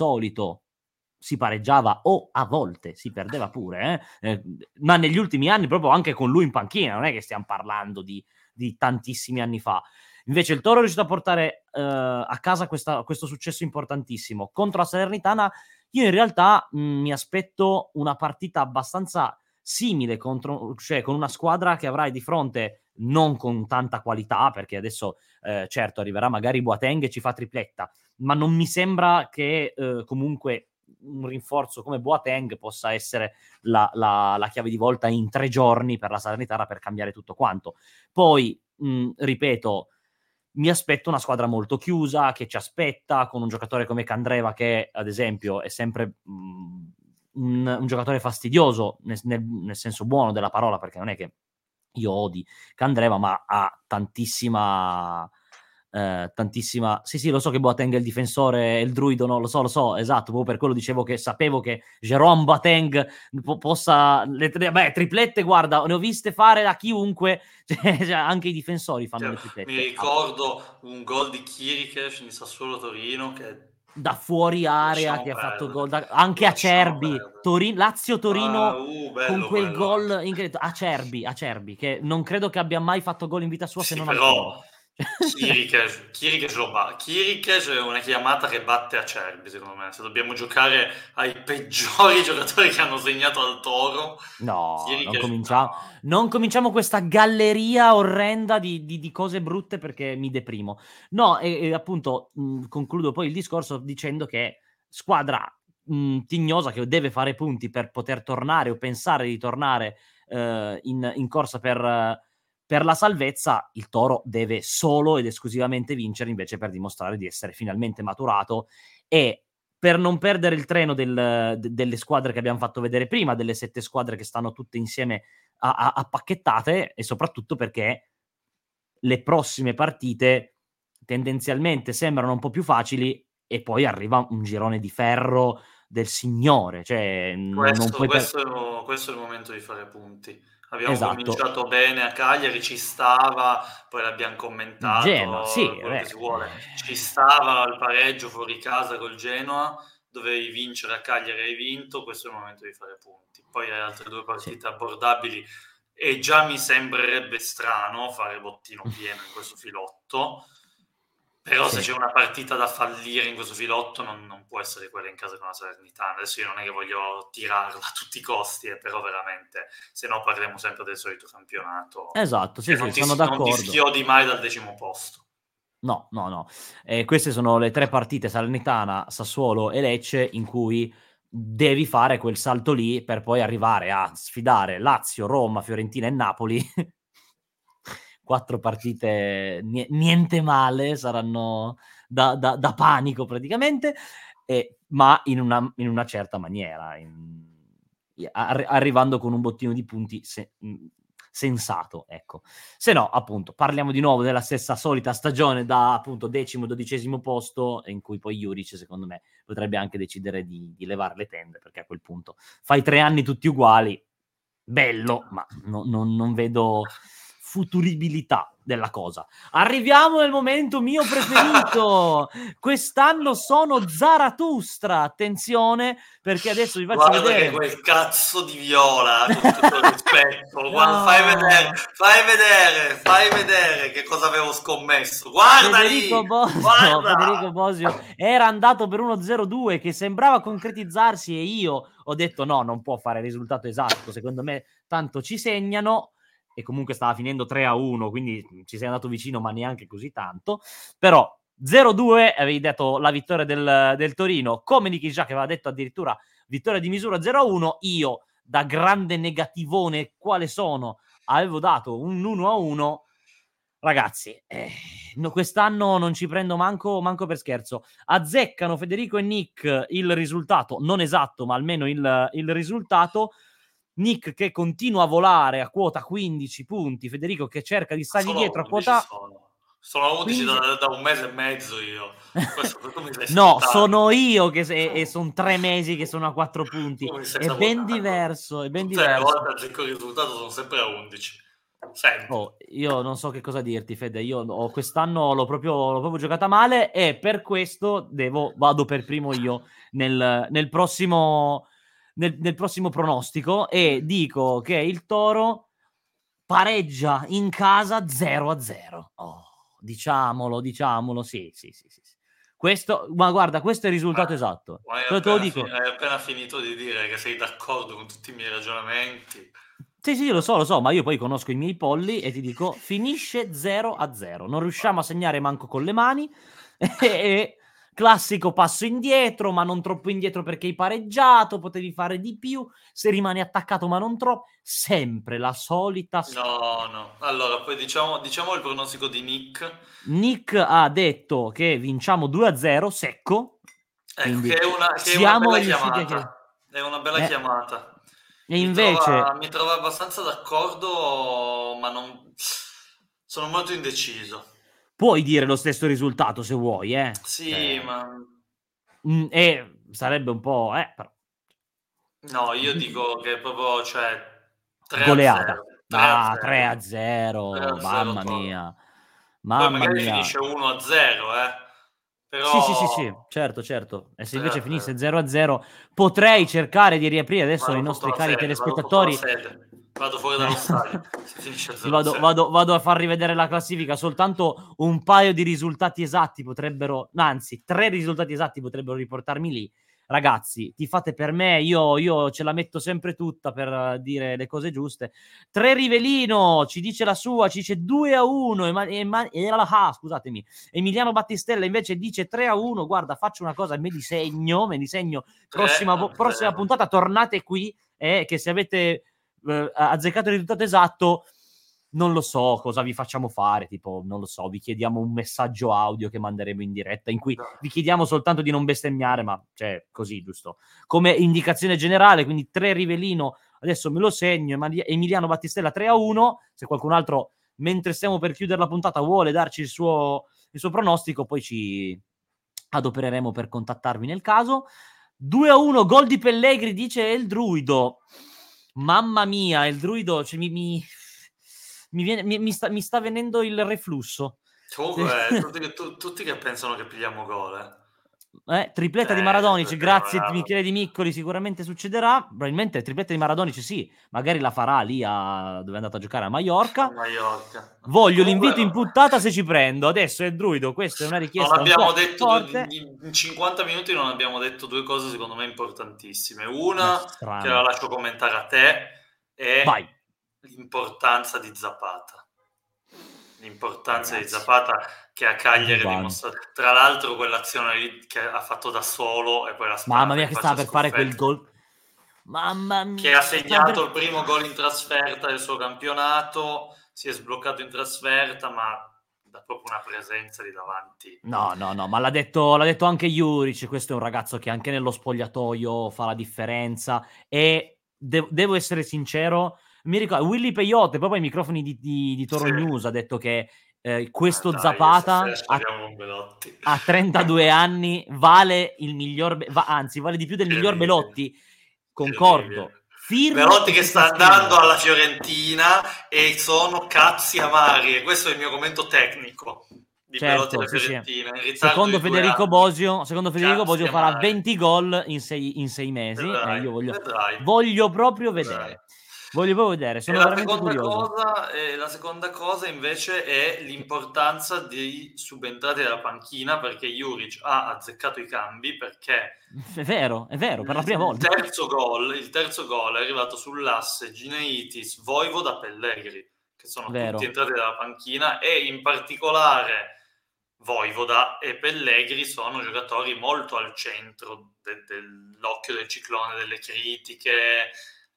si pareggiava o a volte si perdeva pure, ma negli ultimi anni proprio anche con lui in panchina, non è che stiamo parlando di tantissimi anni fa. Invece il Toro è riuscito a portare a casa questo successo importantissimo. Contro la Salernitana io in realtà mi aspetto una partita abbastanza simile, cioè con una squadra che avrai di fronte non con tanta qualità, perché adesso certo arriverà magari Boateng e ci fa tripletta, ma non mi sembra che comunque un rinforzo come Boateng possa essere la chiave di volta in 3 giorni per la Salernitana per cambiare tutto quanto. Poi, ripeto, mi aspetto una squadra molto chiusa, che ci aspetta, con un giocatore come Candreva che, ad esempio, è sempre un giocatore fastidioso, nel senso buono della parola, perché non è che io odi Candreva, ma ha tantissima... sì, lo so che Boateng è il difensore, è il druido, no, lo so, esatto, proprio per quello dicevo che sapevo che Jérôme Boateng possa triplette, guarda, ne ho viste fare da chiunque, cioè, anche i difensori fanno le triplette. Mi ricordo un gol di Chiriches in Sassuolo-Torino che da fuori area, che ha fatto gol anche Acerbi, Lazio-Torino, con quel gol incredibile. Acerbi, che non credo che abbia mai fatto gol in vita sua, se non al Toro. Chiriches è una chiamata che batte Acerbi, secondo me. Se dobbiamo giocare ai peggiori giocatori che hanno segnato al Toro, no, non cominciamo questa galleria orrenda di cose brutte, perché mi deprimo. No, e appunto concludo poi il discorso dicendo che squadra tignosa, che deve fare punti per poter tornare o pensare di tornare in corsa per la salvezza. Il Toro deve solo ed esclusivamente vincere, invece, per dimostrare di essere finalmente maturato, e per non perdere il treno delle squadre che abbiamo fatto vedere prima, delle 7 squadre che stanno tutte insieme appacchettate, e soprattutto perché le prossime partite tendenzialmente sembrano un po' più facili, e poi arriva un girone di ferro del signore, cioè questo è il momento di fare punti. Abbiamo esatto. cominciato bene a Cagliari, ci stava, poi l'abbiamo commentato, Genoa, sì, quello che si vuole, ci stava il pareggio fuori casa col Genoa, dovevi vincere a Cagliari, hai vinto, questo è il momento di fare punti. Poi hai altre 2 partite abbordabili e già mi sembrerebbe strano fare bottino pieno in questo filotto. Però se c'è una partita da fallire in questo filotto non può essere quella in casa con la Salernitana. Adesso io non è che voglio tirarla a tutti i costi, però veramente, se no parliamo sempre del solito campionato. Esatto, sì, sono d'accordo. Non ti schiodi mai dal 10° posto. No. Queste sono le 3 partite, Salernitana, Sassuolo e Lecce, in cui devi fare quel salto lì per poi arrivare a sfidare Lazio, Roma, Fiorentina e Napoli. 4 partite niente male, saranno da panico praticamente, ma in una certa maniera, arrivando con un bottino di punti sensato, ecco. Se no, appunto, parliamo di nuovo della stessa solita stagione da appunto 10º, 12º posto, in cui poi Juric, secondo me, potrebbe anche decidere di levare le tende, perché a quel punto fai 3 anni tutti uguali, bello, ma non vedo futuribilità della cosa. Arriviamo nel momento mio preferito. Quest'anno sono Zarathustra, attenzione, perché adesso vi faccio vedere. Che quel cazzo di Viola, con tutto il rispetto, no. fai vedere che cosa avevo scommesso. Guarda Federico Bosio era andato per 1-0-2 che sembrava concretizzarsi, e io ho detto no, non può fare il risultato esatto, secondo me tanto ci segnano, e comunque stava finendo 3-1, quindi ci sei andato vicino, ma neanche così tanto. Però 0-2, avevi detto la vittoria del Torino, come Nicky Già che aveva detto addirittura vittoria di misura 0-1, io da grande negativone quale sono, avevo dato un 1-1. Ragazzi, no, quest'anno non ci prendo manco per scherzo. Azzeccano Federico e Nick il risultato, non esatto, ma almeno il risultato. Nick che continua a volare a quota 15 punti, Federico che cerca di stargli Solo dietro a 11 quota... sono 11 15... da un mese e mezzo io. Questo mi stai No, sputando. sono io e sono 3 mesi che sono a 4 punti. Tu mi stai È ben sabotando. diverso, è ben Tutte le diverso. volte azzecco il risultato sono sempre a 11. Sempre. Oh, io non so che cosa dirti, Fede. Quest'anno l'ho proprio giocata male e per questo vado per primo io nel prossimo, nel prossimo pronostico e dico che il Toro pareggia in casa 0-0. Oh, diciamolo, sì. Questo, ma guarda, questo è il risultato esatto. Ma Te lo dico. hai appena finito di dire che sei d'accordo con tutti i miei ragionamenti. Sì, lo so, ma io poi conosco i miei polli e ti dico, finisce 0-0. Non riusciamo a segnare manco con le mani. E classico passo indietro, ma non troppo indietro perché hai pareggiato, potevi fare di più. Se rimani attaccato, ma non troppo. Sempre la solita storia. No. Allora, poi diciamo il pronostico di Nick. Nick ha detto che vinciamo 2-0 secco, Ecco, quindi che è una siamo bella riusciti a... chiamata. È una bella Eh, chiamata. e invece... Mi trova abbastanza d'accordo, ma non... Sono molto indeciso. Puoi dire lo stesso risultato se vuoi, Sì, cioè, ma... e sarebbe un po', però. No, io dico che proprio, cioè, 3-0. Goleata. 3-0. 3-0, 3-0 mamma Toro. mia. Poi Mamma magari mia. finisce 1-0, Sì, però certo. E se invece 3-0. finisse 0-0, potrei cercare di riaprire adesso i Vado sotto nostri la cari sede, vado sotto la telespettatori. sede. Vado fuori dallo stadio. Se finisce Sì, vado, 0-0. vado- vado a far rivedere la classifica. Soltanto un paio di risultati esatti potrebbero, anzi, 3 risultati esatti potrebbero riportarmi lì. Ragazzi, tifate per me, io ce la metto sempre tutta per dire le cose giuste. 3 Rivelino ci dice la sua, ci dice 2-1. Scusatemi. Emiliano Battistella invece dice 3-1. Guarda, faccio una cosa, me li segno. Prossima 3-0. puntata, tornate qui. Che se avete azzeccato il risultato esatto, non lo so cosa vi facciamo fare, tipo, non lo so, vi chiediamo un messaggio audio che manderemo in diretta, in cui No. vi chiediamo soltanto di non bestemmiare, ma cioè, così, giusto? Come indicazione generale, quindi 3 Rivelino, adesso me lo segno, Emiliano Battistella 3-1, se qualcun altro, mentre stiamo per chiudere la puntata, vuole darci il suo pronostico, poi ci adopereremo per contattarvi nel caso. 2-1, gol di Pellegri, dice il Druido. Mamma mia, il Druido, cioè, mi sta venendo il reflusso. Comunque, tutti che pensano che pigliamo gol, Tripletta di Maradonici, grazie Michele Di Miccoli, sicuramente succederà. Probabilmente tripletta di Maradonici sì, magari la farà lì dove è andato a giocare a Mallorca. a Mallorca. Voglio Comunque, l'invito in puntata se ci prendo. Adesso è il Druido, questa è una non richiesta un abbiamo po' detto forte. in 50 minuti non abbiamo detto due cose secondo me importantissime. Una, che la Strano. lascio commentare a te, Vai. è l'importanza di Zapata. L'importanza di Ragazzi, Zapata che a Cagliari Dybala. dimostra, tra l'altro quell'azione lì che ha fatto da solo e poi l'ha Mamma sparata mia, in che faccia a stava per fare quel Scuffetti, gol. Mamma che ha mia, segnato il primo gol in trasferta del suo campionato, si è sbloccato in trasferta, ma da proprio una presenza lì davanti. No, ma l'ha detto anche Juric, questo è un ragazzo che anche nello spogliatoio fa la differenza e devo essere sincero, mi ricordo, Willy Peyote, proprio ai microfoni di Toro Sì. News, ha detto che questo Dai, Zapata speriamo con Belotti. a 32 anni vale il miglior, anzi vale di più del miglior Terribile. Belotti, Terribile. concordo, firmo Belotti e che ci sta sostengo. andando alla Fiorentina e sono cazzi amari, e questo è il mio commento tecnico di Belotti Certo, alla sì. Fiorentina, in ritardo di 2 Secondo anni. Federico Cazzi Bosio farà amari. 20 gol in 6 mesi e io Vedrai. voglio proprio Vedrai. vedere. Voglio proprio vedere, sono veramente curioso. La seconda cosa invece è l'importanza di subentrare dalla panchina, perché Juric ha azzeccato i cambi, perché È vero, per la prima volta. il terzo gol è arrivato sull'asse Gineitis, Voivoda, Pellegri, che sono tutti Vero. entrati dalla panchina, e in particolare Voivoda e Pellegri sono giocatori molto al centro dell'occhio del ciclone, delle critiche,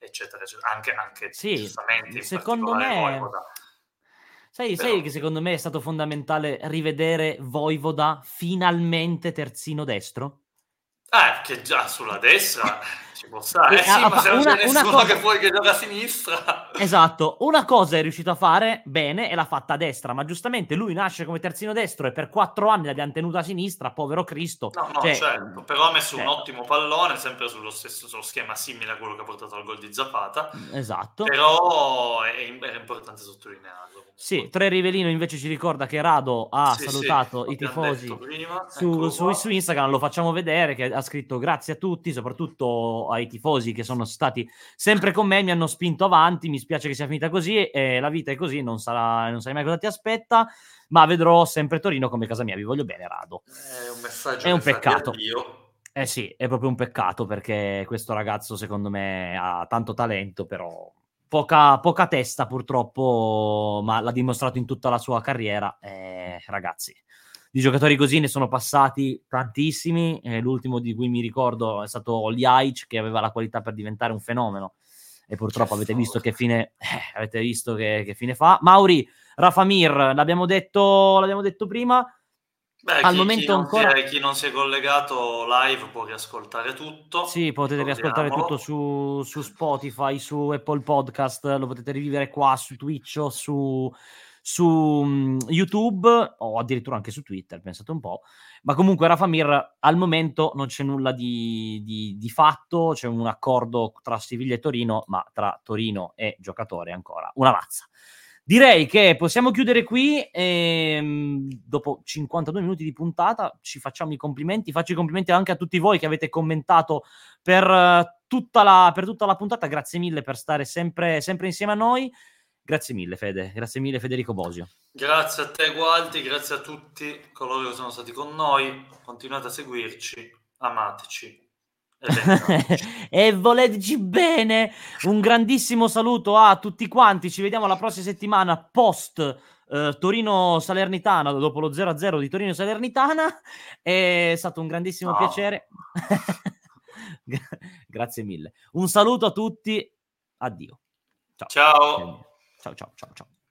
eccetera, eccetera. Anche Sì, giustamente in secondo particolare me... Vojvoda. Sai Però, che secondo me è stato fondamentale rivedere Vojvoda finalmente terzino destro? che già sulla destra ci può stare. E Sì, ma se non c'è una nessuno che cosa... fuori che gioca a sinistra. Esatto, una cosa è riuscito a fare bene e l'ha fatta a destra, ma giustamente lui nasce come terzino destro e per 4 anni l'abbiamo tenuta a sinistra, povero Cristo. No, Cioè, certo, però ha messo un cioè, ottimo pallone, sempre sullo schema simile a quello che ha portato al gol di Zapata, esatto. però era importante sottolinearlo Sì, comunque. Tre Rivelino invece ci ricorda che Rado ha Sì, sì, salutato i l'abbiamo detto tifosi prima, eccolo su qua. Instagram, lo facciamo vedere, che ha scritto grazie a tutti, soprattutto ai tifosi che sono stati sempre con me, mi hanno spinto avanti, mi spiace che sia finita così, la vita è così, non sai mai cosa ti aspetta, ma vedrò sempre Torino come casa mia, vi voglio bene Rado. È un messaggio È che un fa di peccato. addio. Eh sì, è proprio un peccato perché questo ragazzo secondo me ha tanto talento, però poca testa purtroppo, ma l'ha dimostrato in tutta la sua carriera. Ragazzi, di giocatori così ne sono passati tantissimi, l'ultimo di cui mi ricordo è stato Ljajic, che aveva la qualità per diventare un fenomeno e purtroppo avete visto che fine, che fine fa. Mauri, Rafa Mir, l'abbiamo detto prima, Beh, al momento ancora... chi non si è collegato live può riascoltare tutto, Sì, potete riascoltare tutto ricordiamolo. su Spotify, su Apple Podcast, lo potete rivivere qua su Twitch o su YouTube o addirittura anche su Twitter, pensate un po'. Ma comunque Rafa Mir al momento non c'è nulla di fatto, c'è un accordo tra Siviglia e Torino, ma tra Torino e giocatore ancora una mazza. Direi che possiamo chiudere qui dopo 52 minuti di puntata ci facciamo i complimenti, faccio i complimenti anche a tutti voi che avete commentato per tutta la puntata, grazie mille per stare sempre insieme a noi, grazie mille Fede, grazie mille Federico Bosio. Grazie a te Gualti, grazie a tutti coloro che sono stati con noi, continuate a seguirci, amateci. E voleteci bene, un grandissimo saluto a tutti quanti, ci vediamo la prossima settimana post Torino-Salernitana, dopo lo 0-0 di Torino-Salernitana, è stato un grandissimo piacere. Grazie mille, un saluto a tutti, addio. Ciao. Ciao.